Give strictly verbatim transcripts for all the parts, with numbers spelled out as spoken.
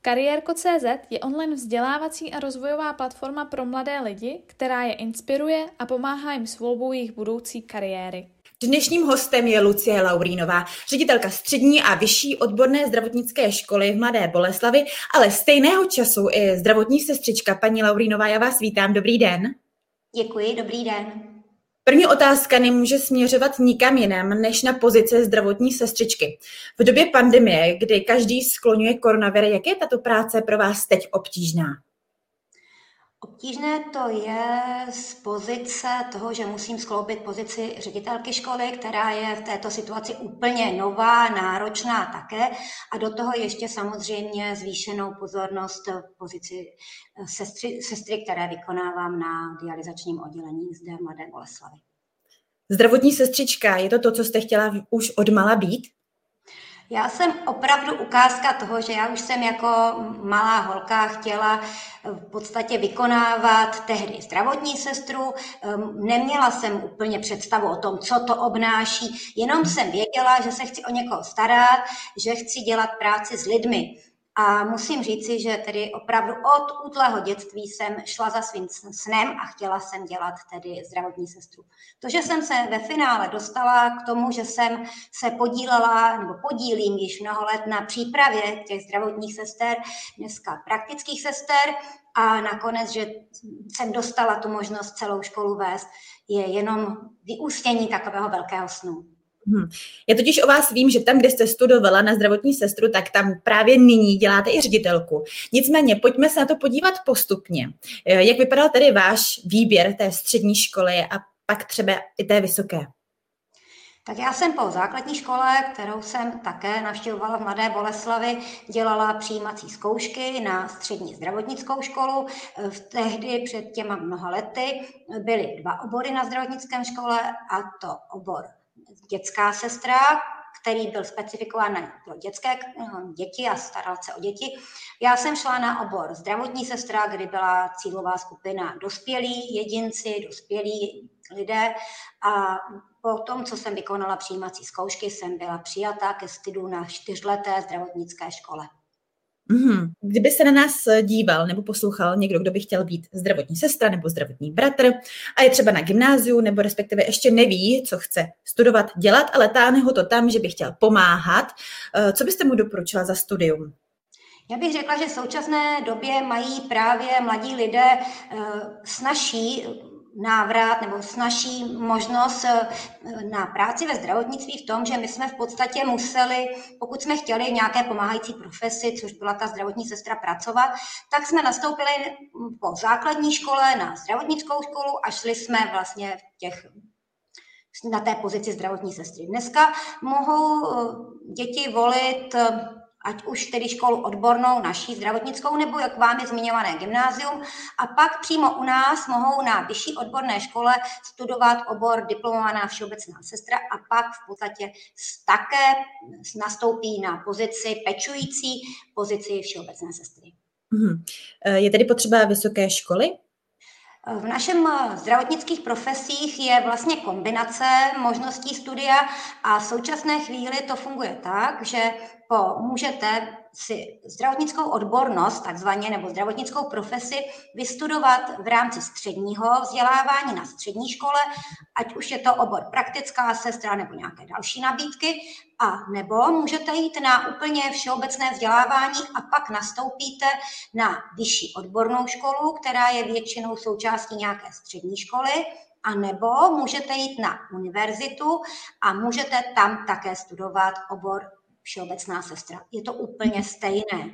Kariérko tečka cé zet je online vzdělávací a rozvojová platforma pro mladé lidi, která je inspiruje a pomáhá jim s volbou jejich budoucí kariéry. Dnešním hostem je Lucie Laurínová, ředitelka střední a vyšší odborné zdravotnické školy v Mladé Boleslavi, ale stejného času i zdravotní sestřička. Paní Laurínová, já vás vítám. Dobrý den. Děkuji, dobrý den. První otázka nemůže směřovat nikam jinam než na pozici zdravotní sestřičky. V době pandemie, kdy každý skloňuje koronavir, jak je tato práce pro vás teď obtížná? Obtížné to je z pozice toho, že musím skloubit pozici ředitelky školy, která je v této situaci úplně nová, náročná také, a do toho ještě samozřejmě zvýšenou pozornost v pozici sestry, sestry, které vykonávám na dialyzačním oddělení zde v Mladé Boleslavi. Zdravotní sestřička, je to to, co jste chtěla už odmala být? Já jsem opravdu ukázka toho, že já už jsem jako malá holka chtěla v podstatě vykonávat tehdy zdravotní sestru. Neměla jsem úplně představu o tom, co to obnáší, jenom jsem věděla, že se chci o někoho starat, že chci dělat práci s lidmi. A musím říci, že tedy opravdu od útlého dětství jsem šla za svým snem a chtěla jsem dělat tedy zdravotní sestru. To, že jsem se ve finále dostala k tomu, že jsem se podílela nebo podílím již mnoho let na přípravě těch zdravotních sester, dneska praktických sester, a nakonec, že jsem dostala tu možnost celou školu vést, je jenom vyústění takového velkého snu. Hmm. Já totiž o vás vím, že tam, kde jste studovala na zdravotní sestru, tak tam právě nyní děláte i ředitelku. Nicméně, pojďme se na to podívat postupně. Jak vypadal tedy váš výběr té střední školy a pak třeba i té vysoké? Tak já jsem po základní škole, kterou jsem také navštěvovala v Mladé Boleslavi, dělala přijímací zkoušky na střední zdravotnickou školu. V tehdy před těma mnoha lety byly dva obory na zdravotnickém škole, a to obor dětská sestra, který byl specifikován pro dětské děti a staral se o děti. Já jsem šla na obor zdravotní sestra, kdy byla cílová skupina dospělí jedinci, dospělí lidé, a po tom, co jsem vykonala přijímací zkoušky, jsem byla přijata ke studiu na čtyřleté zdravotnické škole. Mm-hmm. Kdyby se na nás díval nebo poslouchal někdo, kdo by chtěl být zdravotní sestra nebo zdravotní bratr a je třeba na gymnáziu nebo respektive ještě neví, co chce studovat, dělat, ale táhne ho to tam, že by chtěl pomáhat, co byste mu doporučila za studium? Já bych řekla, že v současné době mají právě mladí lidé snazší návrat nebo snažší možnost na práci ve zdravotnictví v tom, že my jsme v podstatě museli, pokud jsme chtěli nějaké pomáhající profesi, což byla ta zdravotní sestra, pracovat, tak jsme nastoupili po základní škole na zdravotnickou školu a šli jsme vlastně v těch na té pozici zdravotní sestry. Dneska mohou děti volit ať už tedy školu odbornou, naší zdravotnickou, nebo jak vámi zmiňované gymnázium, a pak přímo u nás mohou na vyšší odborné škole studovat obor diplomovaná všeobecná sestra a pak v podstatě také nastoupí na pozici pečující, pozici všeobecné sestry. Je tedy potřeba vysoké školy? V našem zdravotnických profesích je vlastně kombinace možností studia a v současné chvíli to funguje tak, že po, můžete si zdravotnickou odbornost, takzvaně, nebo zdravotnickou profesi vystudovat v rámci středního vzdělávání na střední škole, ať už je to obor praktická sestra nebo nějaké další nabídky, a nebo můžete jít na úplně všeobecné vzdělávání a pak nastoupíte na vyšší odbornou školu, která je většinou součástí nějaké střední školy, a nebo můžete jít na univerzitu a můžete tam také studovat obor všeobecná sestra. Je to úplně stejné.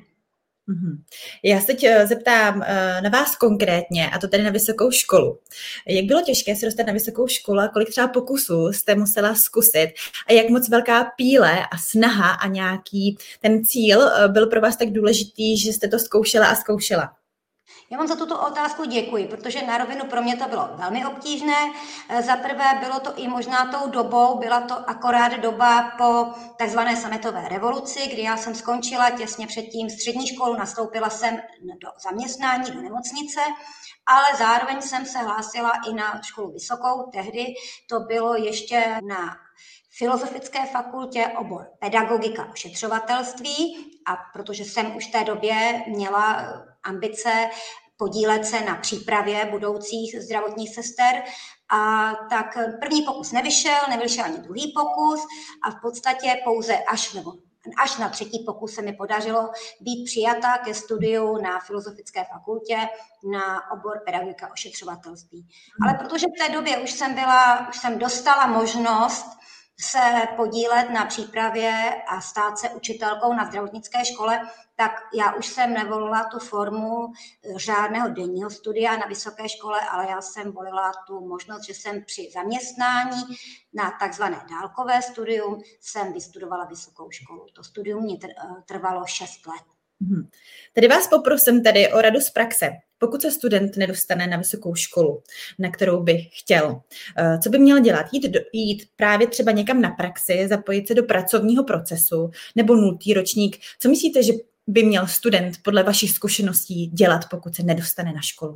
Já se teď zeptám na vás konkrétně, a to tedy na vysokou školu. Jak bylo těžké se dostat na vysokou školu a kolik třeba pokusů jste musela zkusit a jak moc velká píle a snaha a nějaký ten cíl byl pro vás tak důležitý, že jste to zkoušela a zkoušela? Já vám za tuto otázku děkuji, protože na rovinu pro mě to bylo velmi obtížné. Za prvé bylo to i možná tou dobou, byla to akorát doba po takzvané sametové revoluci, kdy já jsem skončila těsně předtím střední školu, nastoupila jsem do zaměstnání, do nemocnice, ale zároveň jsem se hlásila i na školu vysokou. Tehdy to bylo ještě na Filozofické fakultě obor pedagogika ošetřovatelství a protože jsem už v té době měla ambice podílet se na přípravě budoucích zdravotních sester, a tak první pokus nevyšel, nevyšel ani druhý pokus a v podstatě pouze až nebo Až na třetí pokus se mi podařilo být přijata ke studiu na Filozofické fakultě na obor pedagogika ošetřovatelství. Ale protože v té době už jsem byla, už jsem dostala možnost se podílet na přípravě a stát se učitelkou na zdravotnické škole, tak já už jsem nevolila tu formu řádného denního studia na vysoké škole, ale já jsem volila tu možnost, že jsem při zaměstnání na takzvané dálkové studium jsem vystudovala vysokou školu. To studium mě trvalo šest let. Hmm. Tady vás poprosím tady o radu z praxe. Pokud se student nedostane na vysokou školu, na kterou by chtěl, co by měl dělat? Jít, do, jít právě třeba někam na praxi, zapojit se do pracovního procesu nebo nultý ročník. Co myslíte, že by měl student podle vašich zkušeností dělat, pokud se nedostane na školu?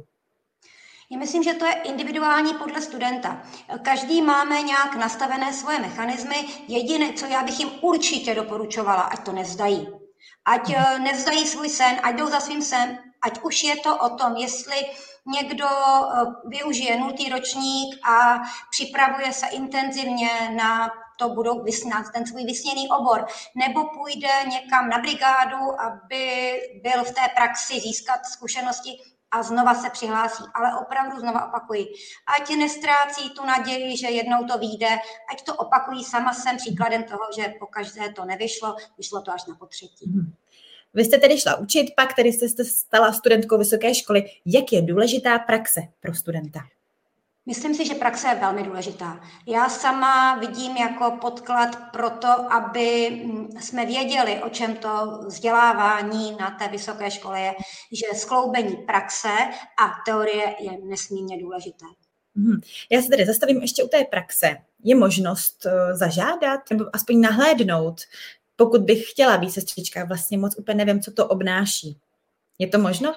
Já myslím, že to je individuální podle studenta. Každý máme nějak nastavené svoje mechanismy. Jediné, co já bych jim určitě doporučovala, ať to nevzdají. Ať nevzdají svůj sen, ať jdou za svým sen, ať už je to o tom, jestli někdo využije nultý ročník a připravuje se intenzivně na to budou vysnat ten svůj vysněný obor, nebo půjde někam na brigádu, aby byl v té praxi získat zkušenosti a znova se přihlásí. Ale opravdu znova opakuji, ať nestrácí tu naději, že jednou to vyjde, ať to opakují. Sama jsem příkladem toho, že pokaždé to nevyšlo, vyšlo to až na potřetí. Hmm. Vy jste tedy šla učit, pak tedy jste se stala studentkou vysoké školy. Jak je důležitá praxe pro studenta? Myslím si, že praxe je velmi důležitá. Já sama vidím jako podklad pro to, aby jsme věděli, o čem to vzdělávání na té vysoké škole je, že skloubení praxe a teorie je nesmírně důležité. Hmm. Já se tedy zastavím ještě u té praxe. Je možnost zažádat nebo aspoň nahlédnout, pokud bych chtěla být sestřička, vlastně moc úplně nevím, co to obnáší. Je to možno?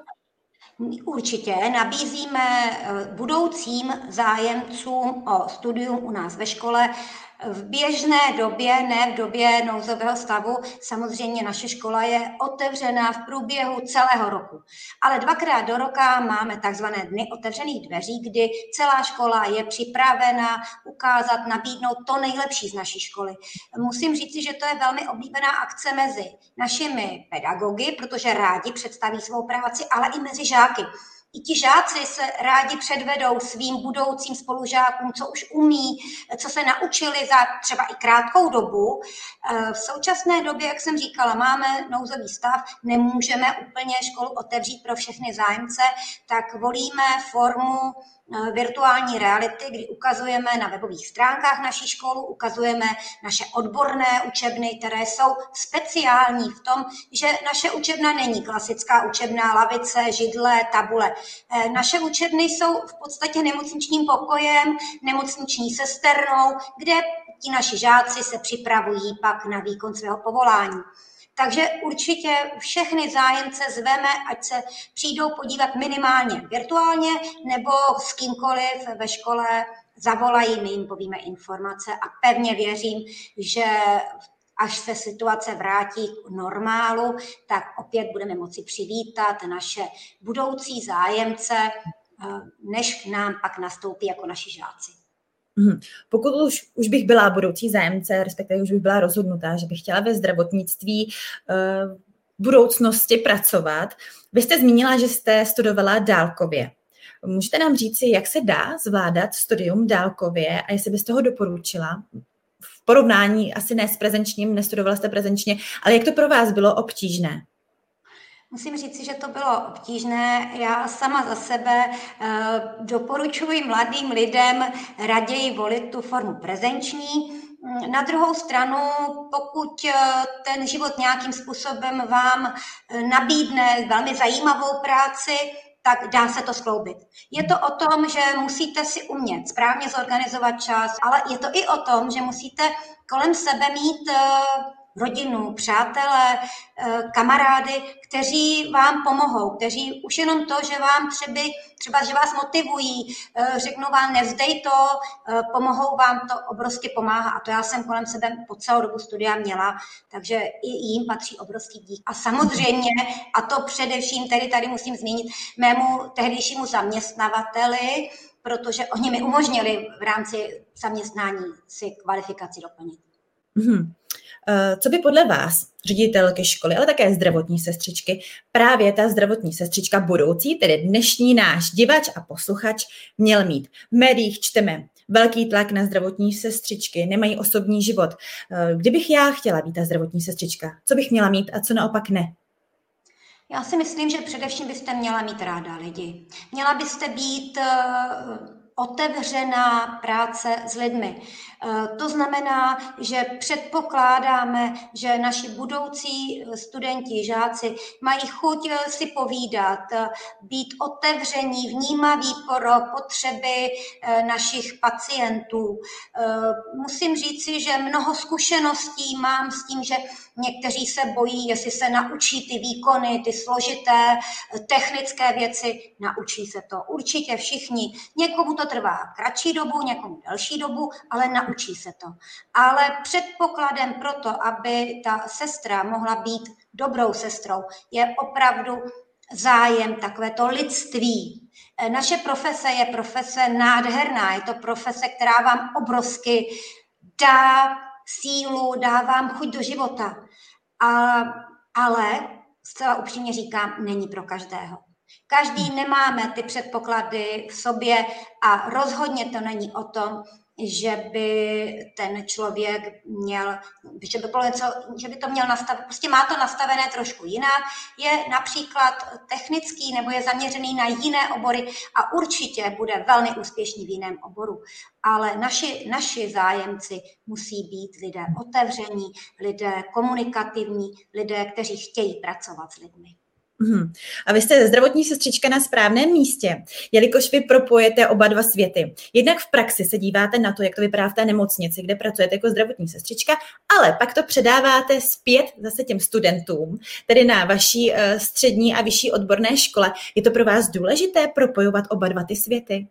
Určitě nabízíme budoucím zájemcům o studium u nás ve škole v běžné době, ne v době nouzového stavu. Samozřejmě naše škola je otevřená v průběhu celého roku. Ale dvakrát do roka máme takzvané dny otevřených dveří, kdy celá škola je připravena ukázat, nabídnout to nejlepší z naší školy. Musím říci, že to je velmi oblíbená akce mezi našimi pedagogy, protože rádi představí svou práci, ale i mezi žáky. I ti žáci se rádi předvedou svým budoucím spolužákům, co už umí, co se naučili za třeba i krátkou dobu. V současné době, jak jsem říkala, máme nouzový stav, nemůžeme úplně školu otevřít pro všechny zájemce, tak volíme formu virtuální reality, kdy ukazujeme na webových stránkách naší školu, ukazujeme naše odborné učebny, které jsou speciální v tom, že naše učebna není klasická učebná, lavice, židle, tabule. Naše učebny jsou v podstatě nemocničním pokojem, nemocniční sesternou, kde ti naši žáci se připravují pak na výkon svého povolání. Takže určitě všechny zájemce zveme, ať se přijdou podívat minimálně virtuálně nebo s kýmkoliv ve škole zavolají, my jim povíme informace a pevně věřím, že až se situace vrátí k normálu, tak opět budeme moci přivítat naše budoucí zájemce, než k nám pak nastoupí jako naši žáci. Hmm. Pokud už, už bych byla budoucí zájemce, respektive už bych byla rozhodnutá, že bych chtěla ve zdravotnictví uh, v budoucnosti pracovat. Vy jste zmínila, že jste studovala dálkově. Můžete nám říci, jak se dá zvládat studium dálkově a jestli byste ho doporučila? V porovnání asi ne s prezenčním, nestudovala jste prezenčně, ale jak to pro vás bylo obtížné? Musím říct, že to bylo obtížné. Já sama za sebe eh, doporučuji mladým lidem raději volit tu formu prezenční. Na druhou stranu, pokud ten život nějakým způsobem vám nabídne velmi zajímavou práci, tak dá se to skloubit. Je to o tom, že musíte si umět správně zorganizovat čas, ale je to i o tom, že musíte kolem sebe mít rodinu, přátele, kamarády, kteří vám pomohou, kteří už jenom to, že vám třeba, třeba že vás motivují, řeknou vám nevzdej to, pomohou vám, to obrovsky pomáhá. A to já jsem kolem sebe po celou dobu studia měla, takže i jim patří obrovský dík. A samozřejmě, a to především tedy tady musím zmínit, mému tehdejšímu zaměstnavateli, protože oni mi umožnili v rámci zaměstnání si kvalifikaci doplnit. Mm-hmm. Co by podle vás, ředitelky školy, ale také zdravotní sestřičky, právě ta zdravotní sestřička budoucí, tedy dnešní náš divač a posluchač, měl mít? V médiích čteme velký tlak na zdravotní sestřičky, nemají osobní život. Kdybych já chtěla být ta zdravotní sestřička, co bych měla mít a co naopak ne? Já si myslím, že především byste měla mít ráda lidi. Měla byste být otevřená práce s lidmi. To znamená, že předpokládáme, že naši budoucí studenti, žáci mají chuť si povídat, být otevření, vnímaví pro potřeby našich pacientů. Musím říci, že mnoho zkušeností mám s tím, že někteří se bojí, jestli se naučí ty výkony, ty složité technické věci, naučí se to určitě všichni. Někomu to trvá kratší dobu, někomu delší dobu, ale naučí se to. Ale předpokladem pro to, aby ta sestra mohla být dobrou sestrou, je opravdu zájem, takovéto lidství. Naše profese je profese nádherná, je to profese, která vám obrovsky dá sílu, dá vám chuť do života. A, ale, zcela upřímně říkám, není pro každého. Každý nemáme ty předpoklady v sobě a rozhodně to není o tom, že by ten člověk měl, že by, bylo něco, že by to měl nastavit, prostě má to nastavené trošku jinak, je například technický nebo je zaměřený na jiné obory a určitě bude velmi úspěšný v jiném oboru. Ale naši, naši zájemci musí být lidé otevření, lidé komunikativní, lidé, kteří chtějí pracovat s lidmi. Uhum. A vy jste zdravotní sestřička na správném místě, jelikož vy propojete oba dva světy. Jednak v praxi se díváte na to, jak to vypadá v té nemocnici, kde pracujete jako zdravotní sestřička, ale pak to předáváte zpět zase těm studentům, tedy na vaší uh, střední a vyšší odborné škole. Je to pro vás důležité propojovat oba dva ty světy?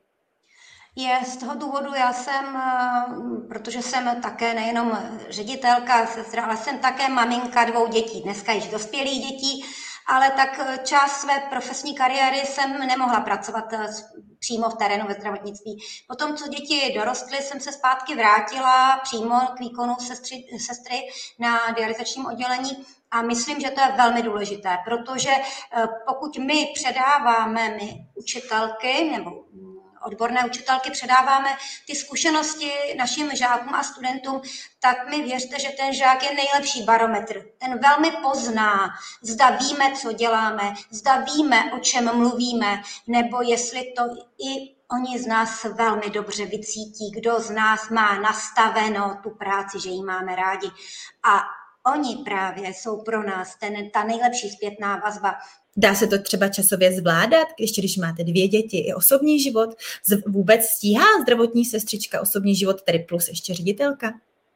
Je z toho důvodu, já jsem, protože jsem také nejenom ředitelka, sestra, ale jsem také maminka dvou dětí, dneska již dospělých dětí, ale tak část své profesní kariéry jsem nemohla pracovat přímo v terénu ve zdravotnictví. Potom, co děti dorostly, jsem se zpátky vrátila přímo k výkonu sestry, sestry na dialyzačním oddělení a myslím, že to je velmi důležité, protože pokud my předáváme, my učitelky nebo odborné učitelky předáváme ty zkušenosti našim žákům a studentům, tak mi věřte, že ten žák je nejlepší barometr. Ten velmi pozná, zda víme, co děláme, zda víme, o čem mluvíme, nebo jestli to i oni z nás velmi dobře vycítí, kdo z nás má nastaveno tu práci, že ji máme rádi. A oni právě jsou pro nás ten, ta nejlepší zpětná vazba. Dá se to třeba časově zvládat, ještě když máte dvě děti i osobní život? Vůbec stíhá zdravotní sestřička osobní život, tedy plus ještě ředitelka?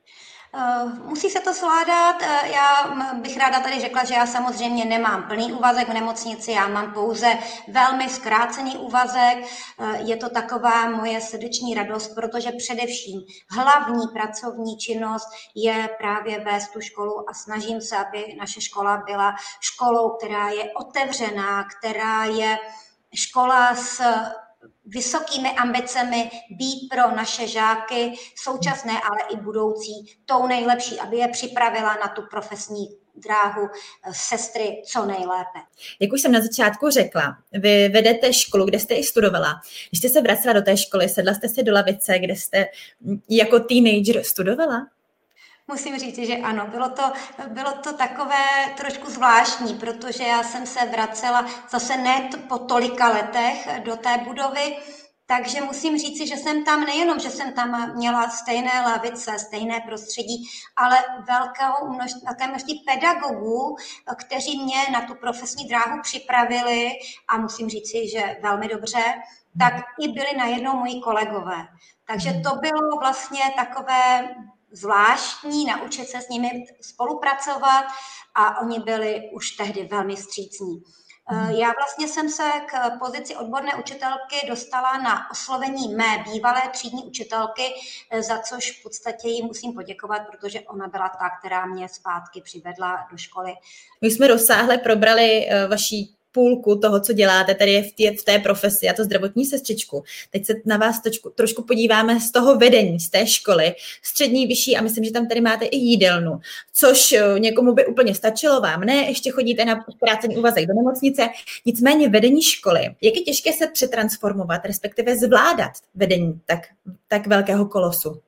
Musí se to zvládat. Já bych ráda tady řekla, že já samozřejmě nemám plný úvazek v nemocnici, já mám pouze velmi zkrácený úvazek. Je to taková moje srdeční radost, protože především hlavní pracovní činnost je právě vést tu školu a snažím se, aby naše škola byla školou, která je otevřená, která je škola s vysokými ambicemi být pro naše žáky, současné, ale i budoucí, tou nejlepší, aby je připravila na tu profesní dráhu sestry co nejlépe. Jak už jsem na začátku řekla, vy vedete školu, kde jste i studovala. Když jste se vracela do té školy, sedla jste si do lavice, kde jste jako teenager studovala? Musím říct, že ano, bylo to, bylo to takové trošku zvláštní, protože já jsem se vracela zase ne po tolika letech do té budovy, takže musím říci, že jsem tam nejenom, že jsem tam měla stejné lavice, stejné prostředí, ale velkou množství, velké množství pedagogů, kteří mě na tu profesní dráhu připravili a musím říci, že velmi dobře, tak i byli najednou moji kolegové. Takže to bylo vlastně takové zvláštní, naučit se s nimi spolupracovat a oni byli už tehdy velmi vstřícní. Já vlastně jsem se k pozici odborné učitelky dostala na oslovení mé bývalé třídní učitelky, za což v podstatě jí musím poděkovat, protože ona byla ta, která mě zpátky přivedla do školy. My jsme rozsáhle probrali vaší půlku toho, co děláte, tady je v té, v té profesi, a to zdravotní sestřičku. Teď se na vás točku, trošku podíváme z toho vedení, z té školy, střední, vyšší, a myslím, že tam tady máte i jídelnu, což někomu by úplně stačilo, vám ne, ještě chodíte na zkrácený úvazek do nemocnice, nicméně vedení školy. Jak je těžké se přetransformovat, respektive zvládat vedení tak, tak velkého kolosu?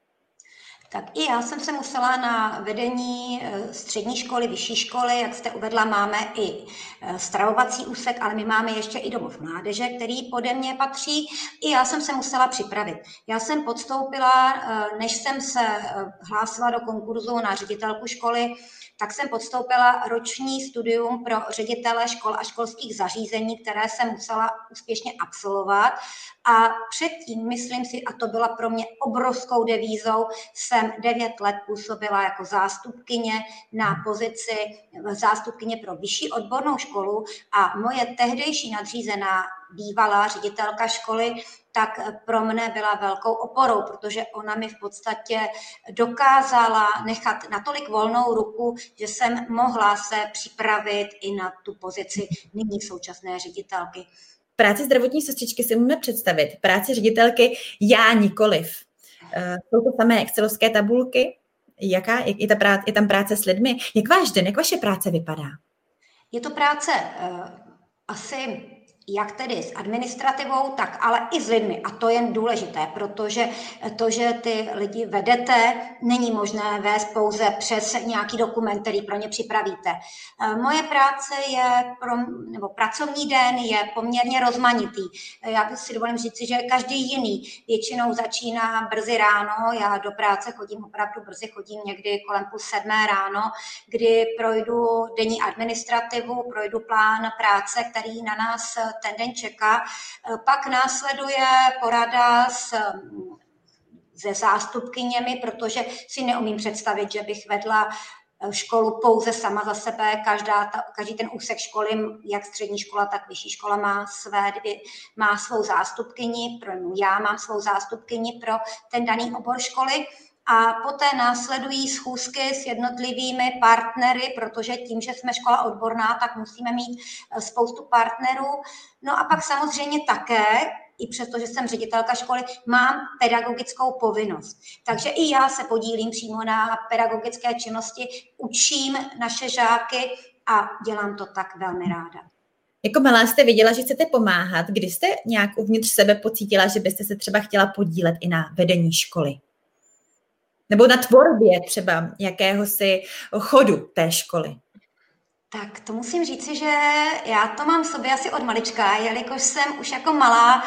Tak i já jsem se musela na vedení střední školy, vyšší školy, jak jste uvedla, máme i stravovací úsek, ale my máme ještě i domov mládeže, který pode mě patří. I já jsem se musela připravit. Já jsem podstoupila, než jsem se hlásila do konkurzu na ředitelku školy, tak jsem podstoupila roční studium pro ředitele škol a školských zařízení, které jsem musela úspěšně absolvovat. A předtím, myslím si, a to byla pro mě obrovskou devízou, jsem devět let působila jako zástupkyně na pozici zástupkyně pro vyšší odbornou školu a moje tehdejší nadřízená bývalá ředitelka školy tak pro mne byla velkou oporou, protože ona mi v podstatě dokázala nechat natolik volnou ruku, že jsem mohla se připravit i na tu pozici nyní současné ředitelky. Práci zdravotní sestřičky si můžeme představit. Práci ředitelky já nikoliv. Jsou to samé excelovské tabulky? Jaká je, ta práce, je tam práce s lidmi? Jak váš den, jak vaše práce vypadá? Je to práce uh, asi jak tedy s administrativou, tak ale i s lidmi. A to je důležité, protože to, že ty lidi vedete, není možné vést pouze přes nějaký dokument, který pro ně připravíte. Moje práce je, pro, nebo pracovní den je poměrně rozmanitý. Já bych si dovolím říci, že každý jiný. Většinou začíná brzy ráno, já do práce chodím opravdu brzy, chodím někdy kolem půl sedmé ráno, kdy projdu denní administrativu, projdu plán práce, který na nás ten den čeká. Pak následuje porada s, se zástupkyněmi, protože si neumím představit, že bych vedla školu pouze sama za sebe. Každá ta, každý ten úsek školy, jak střední škola, tak vyšší škola má, své dvě, má svou zástupkyni, pro já mám svou zástupkyni pro ten daný obor školy. A poté následují schůzky s jednotlivými partnery, protože tím, že jsme škola odborná, tak musíme mít spoustu partnerů. No a pak samozřejmě také, i přesto, že jsem ředitelka školy, mám pedagogickou povinnost. Takže i já se podílím přímo na pedagogické činnosti, učím naše žáky a dělám to tak velmi ráda. Jako malá jste viděla, že chcete pomáhat. Kdy jste nějak uvnitř sebe pocítila, že byste se třeba chtěla podílet i na vedení školy? Nebo na tvorbě třeba jakéhosi chodu té školy? Tak to musím říci, že já to mám v sobě asi od malička, jelikož jsem už jako malá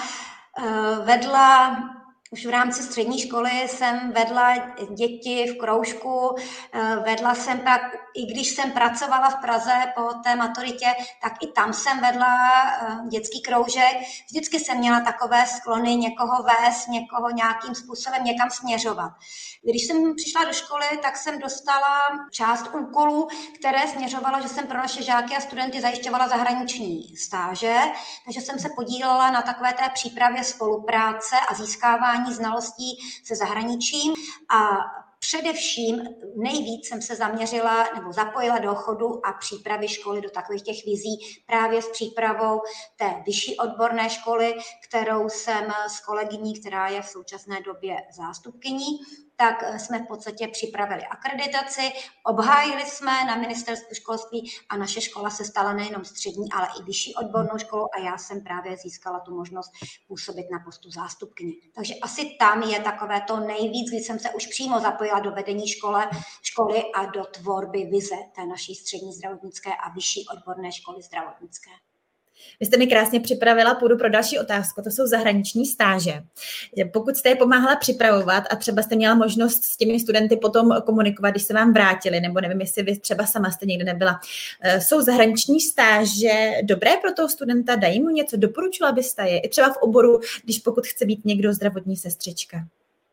vedla, už v rámci střední školy jsem vedla děti v kroužku, vedla jsem pak, i když jsem pracovala v Praze po té maturitě, tak i tam jsem vedla dětský kroužek. Vždycky jsem měla takové sklony někoho vést, někoho nějakým způsobem někam směřovat. Když jsem přišla do školy, tak jsem dostala část úkolů, které směřovalo, že jsem pro naše žáky a studenty zajišťovala zahraniční stáže, takže jsem se podílela na takové té přípravě spolupráce a získávání znalostí se zahraničím a především nejvíc jsem se zaměřila nebo zapojila do chodu a přípravy školy do takových těch vizí právě s přípravou té vyšší odborné školy, kterou jsem s kolegyní, která je v současné době zástupkyní, tak jsme v podstatě připravili akreditaci, obhájili jsme na ministerstvu školství a naše škola se stala nejenom střední, ale i vyšší odbornou školou a já jsem právě získala tu možnost působit na postu zástupkyně. Takže asi tam je takové to nejvíc, kdy jsem se už přímo zapojila do vedení škole, školy a do tvorby vize té naší střední zdravotnické a vyšší odborné školy zdravotnické. Vy jste mi krásně připravila půdu pro další otázku, to jsou zahraniční stáže. Pokud jste je pomáhala připravovat a třeba jste měla možnost s těmi studenty potom komunikovat, když se vám vrátili, nebo nevím, jestli vy třeba sama jste někde nebyla, jsou zahraniční stáže dobré pro toho studenta, dají mu něco, doporučila byste je i třeba v oboru, když pokud chce být někdo zdravotní sestřička?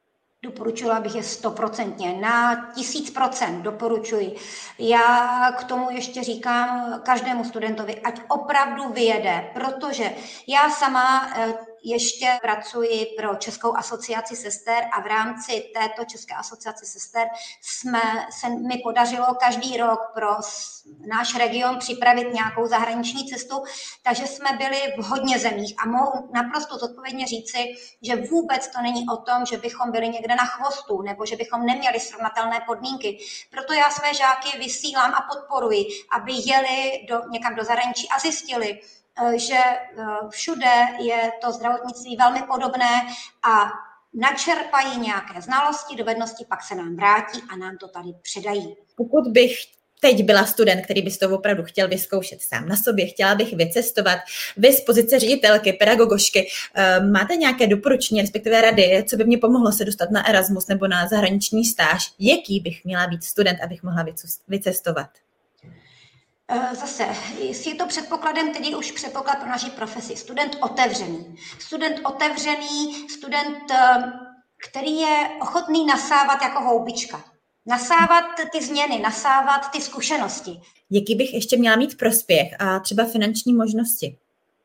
Doporučila bych je stoprocentně, na tisíc procent doporučuji. Já k tomu ještě říkám každému studentovi, ať opravdu vyjede, protože já sama ještě pracuji pro Českou asociaci sester a v rámci této České asociace sester jsme, se mi podařilo každý rok pro náš region připravit nějakou zahraniční cestu, takže jsme byli v hodně zemích a mohu naprosto zodpovědně říci, že vůbec to není o tom, že bychom byli někde na chvostu nebo že bychom neměli srovnatelné podmínky. Proto já své žáky vysílám a podporuji, aby jeli do, někam do zahraničí a zjistili, že všude je to zdravotnictví velmi podobné a načerpají nějaké znalosti, dovednosti, pak se nám vrátí a nám to tady předají. Pokud bych teď byla student, který by to opravdu chtěl vyzkoušet sám na sobě, chtěla bych vycestovat, vy z pozice ředitelky, pedagogošky, máte nějaké doporučení, respektive rady, co by mě pomohlo se dostat na Erasmus nebo na zahraniční stáž? Jaký bych měla být student, abych mohla vycestovat? Zase, je to předpokladem, tedy už předpoklad pro naši profesi. Student otevřený. Student otevřený, student, který je ochotný nasávat jako houbička. Nasávat ty změny, nasávat ty zkušenosti. Jaký bych ještě měla mít prospěch a třeba finanční možnosti?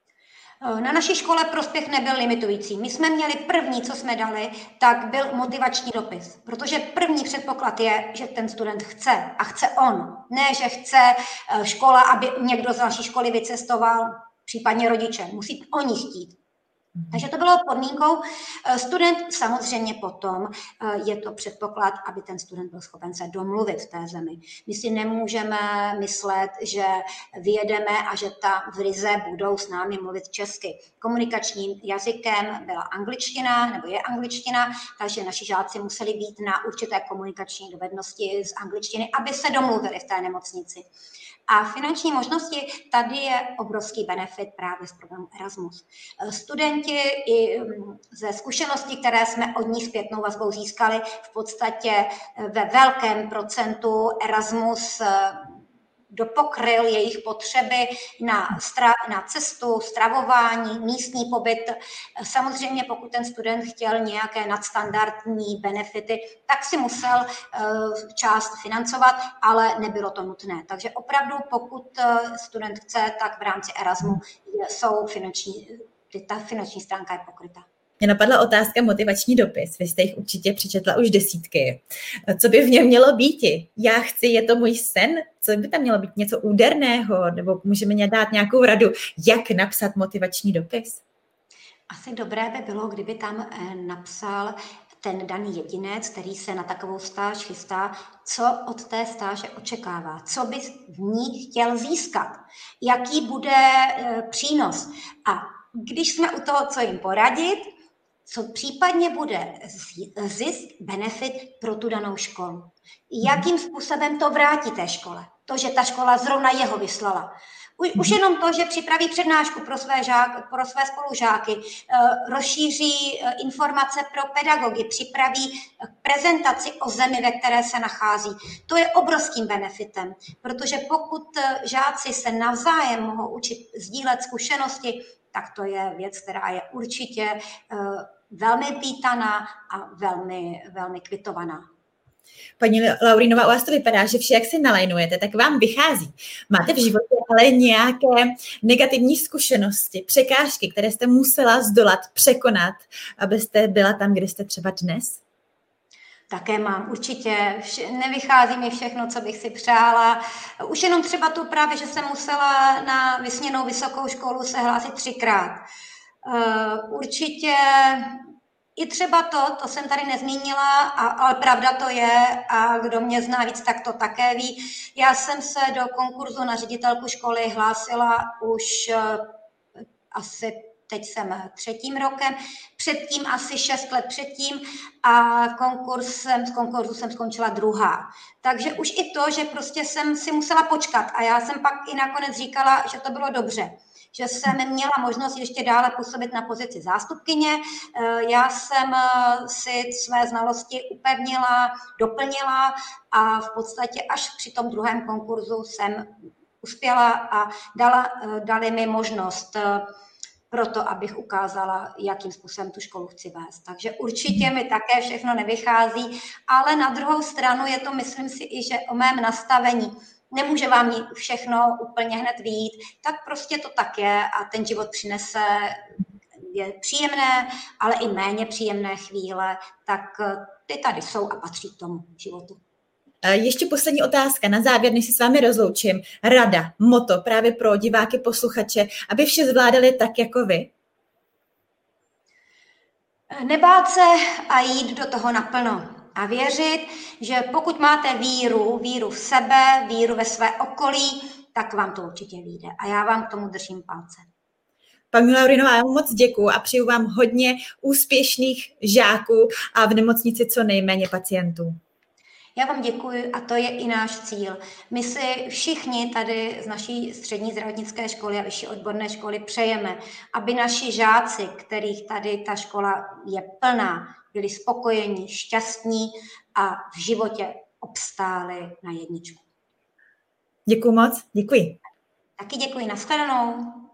Na naší škole prospěch nebyl limitující. My jsme měli první, co jsme dali, tak byl motivační dopis. Protože první předpoklad je, že ten student chce a chce on. Ne, že chce škola, aby někdo z naší školy vycestoval, případně rodiče. Musí oni chtít. Takže to bylo podmínkou. Student samozřejmě potom je to předpoklad, aby ten student byl schopen se domluvit v té zemi. My si nemůžeme myslet, že vyjedeme a že ta v Rize budou s námi mluvit česky. Komunikačním jazykem byla angličtina nebo je angličtina, takže naši žáci museli být na určité komunikační dovednosti z angličtiny, aby se domluvili v té nemocnici. A finanční možnosti, tady je obrovský benefit právě z programu Erasmus. Studenti i ze zkušeností, které jsme od nich zpětnou vazbou získali, v podstatě ve velkém procentu Erasmus dopokryl jejich potřeby na, stra, na cestu, stravování, místní pobyt. Samozřejmě pokud ten student chtěl nějaké nadstandardní benefity, tak si musel uh, část financovat, ale nebylo to nutné. Takže opravdu pokud student chce, tak v rámci Erasmu jsou finanční, ta finanční stránka je pokryta. Mě napadla otázka motivační dopis. Vy jste jich určitě přečetla už desítky. Co by v něm mělo být? Já chci, je to můj sen? Co by tam mělo být? Něco úderného? Nebo můžeme mě dát nějakou radu, jak napsat motivační dopis? Asi dobré by bylo, kdyby tam napsal ten daný jedinec, který se na takovou stáž chystá, co od té stáže očekává, co by v ní chtěl získat, jaký bude přínos. A když jsme u toho, co jim poradit, co případně bude zisk, benefit pro tu danou školu. Jakým způsobem to vrátí té škole? To, že ta škola zrovna jeho vyslala. Už jenom to, že připraví přednášku pro své, žák, pro své spolužáky, rozšíří informace pro pedagogy, připraví prezentaci o zemi, ve které se nachází. To je obrovským benefitem, protože pokud žáci se navzájem mohou učit sdílet zkušenosti, tak to je věc, která je určitě velmi vítaná a velmi, velmi kvitovaná. Paní Laurinová, u vás to vypadá, že vše, jak si nalajnujete, tak vám vychází. Máte v životě ale nějaké negativní zkušenosti, překážky, které jste musela zdolat, překonat, abyste byla tam, kde jste třeba dnes? Také mám, určitě. Vše, nevychází mi všechno, co bych si přála. Už jenom třeba tu právě, že jsem musela na vysněnou vysokou školu se hlásit třikrát. Uh, určitě i třeba to, to jsem tady nezmínila, a, ale pravda to je a kdo mě zná víc, tak to také ví. Já jsem se do konkurzu na ředitelku školy hlásila už uh, asi teď jsem třetím rokem, předtím asi šest let předtím a konkursem, z konkurzu jsem skončila druhá. Takže už i to, že prostě jsem si musela počkat a já jsem pak i nakonec říkala, že to bylo dobře, že jsem měla možnost ještě dále působit na pozici zástupkyně. Já jsem si své znalosti upevnila, doplnila a v podstatě až při tom druhém konkurzu jsem uspěla a dala, dali mi možnost proto, abych ukázala, jakým způsobem tu školu chci vést. Takže určitě mi také všechno nevychází, ale na druhou stranu je to, myslím si, i že o mém nastavení. Nemůže vám všechno úplně hned vyjít, tak prostě to tak je a ten život přinese je příjemné, ale i méně příjemné chvíle, tak ty tady jsou a patří k tomu životu. Ještě poslední otázka na závěr, než se s vámi rozloučím. Rada, motto právě pro diváky, posluchače, aby vše zvládali tak jako vy? Nebát se a jít do toho naplno. A věřit, že pokud máte víru, víru v sebe, víru ve své okolí, tak vám to určitě vyjde. A já vám k tomu držím palce. Paní Laurinová, já moc děkuju a přeju vám hodně úspěšných žáků a v nemocnici co nejméně pacientů. Já vám děkuji a to je i náš cíl. My si všichni tady z naší střední zdravotnické školy a vyšší odborné školy přejeme, aby naši žáci, kterých tady ta škola je plná, byli spokojení, šťastní a v životě obstáli na jedničku. Děkuji moc, děkuji. Taky děkuji, nashledanou.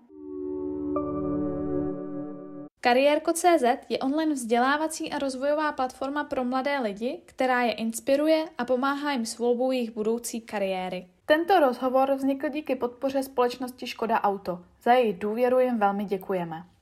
Kariérko tečka cé zet je online vzdělávací a rozvojová platforma pro mladé lidi, která je inspiruje a pomáhá jim s volbou jejich budoucí kariéry. Tento rozhovor vznikl díky podpoře společnosti Škoda Auto. Za její důvěru jim velmi děkujeme.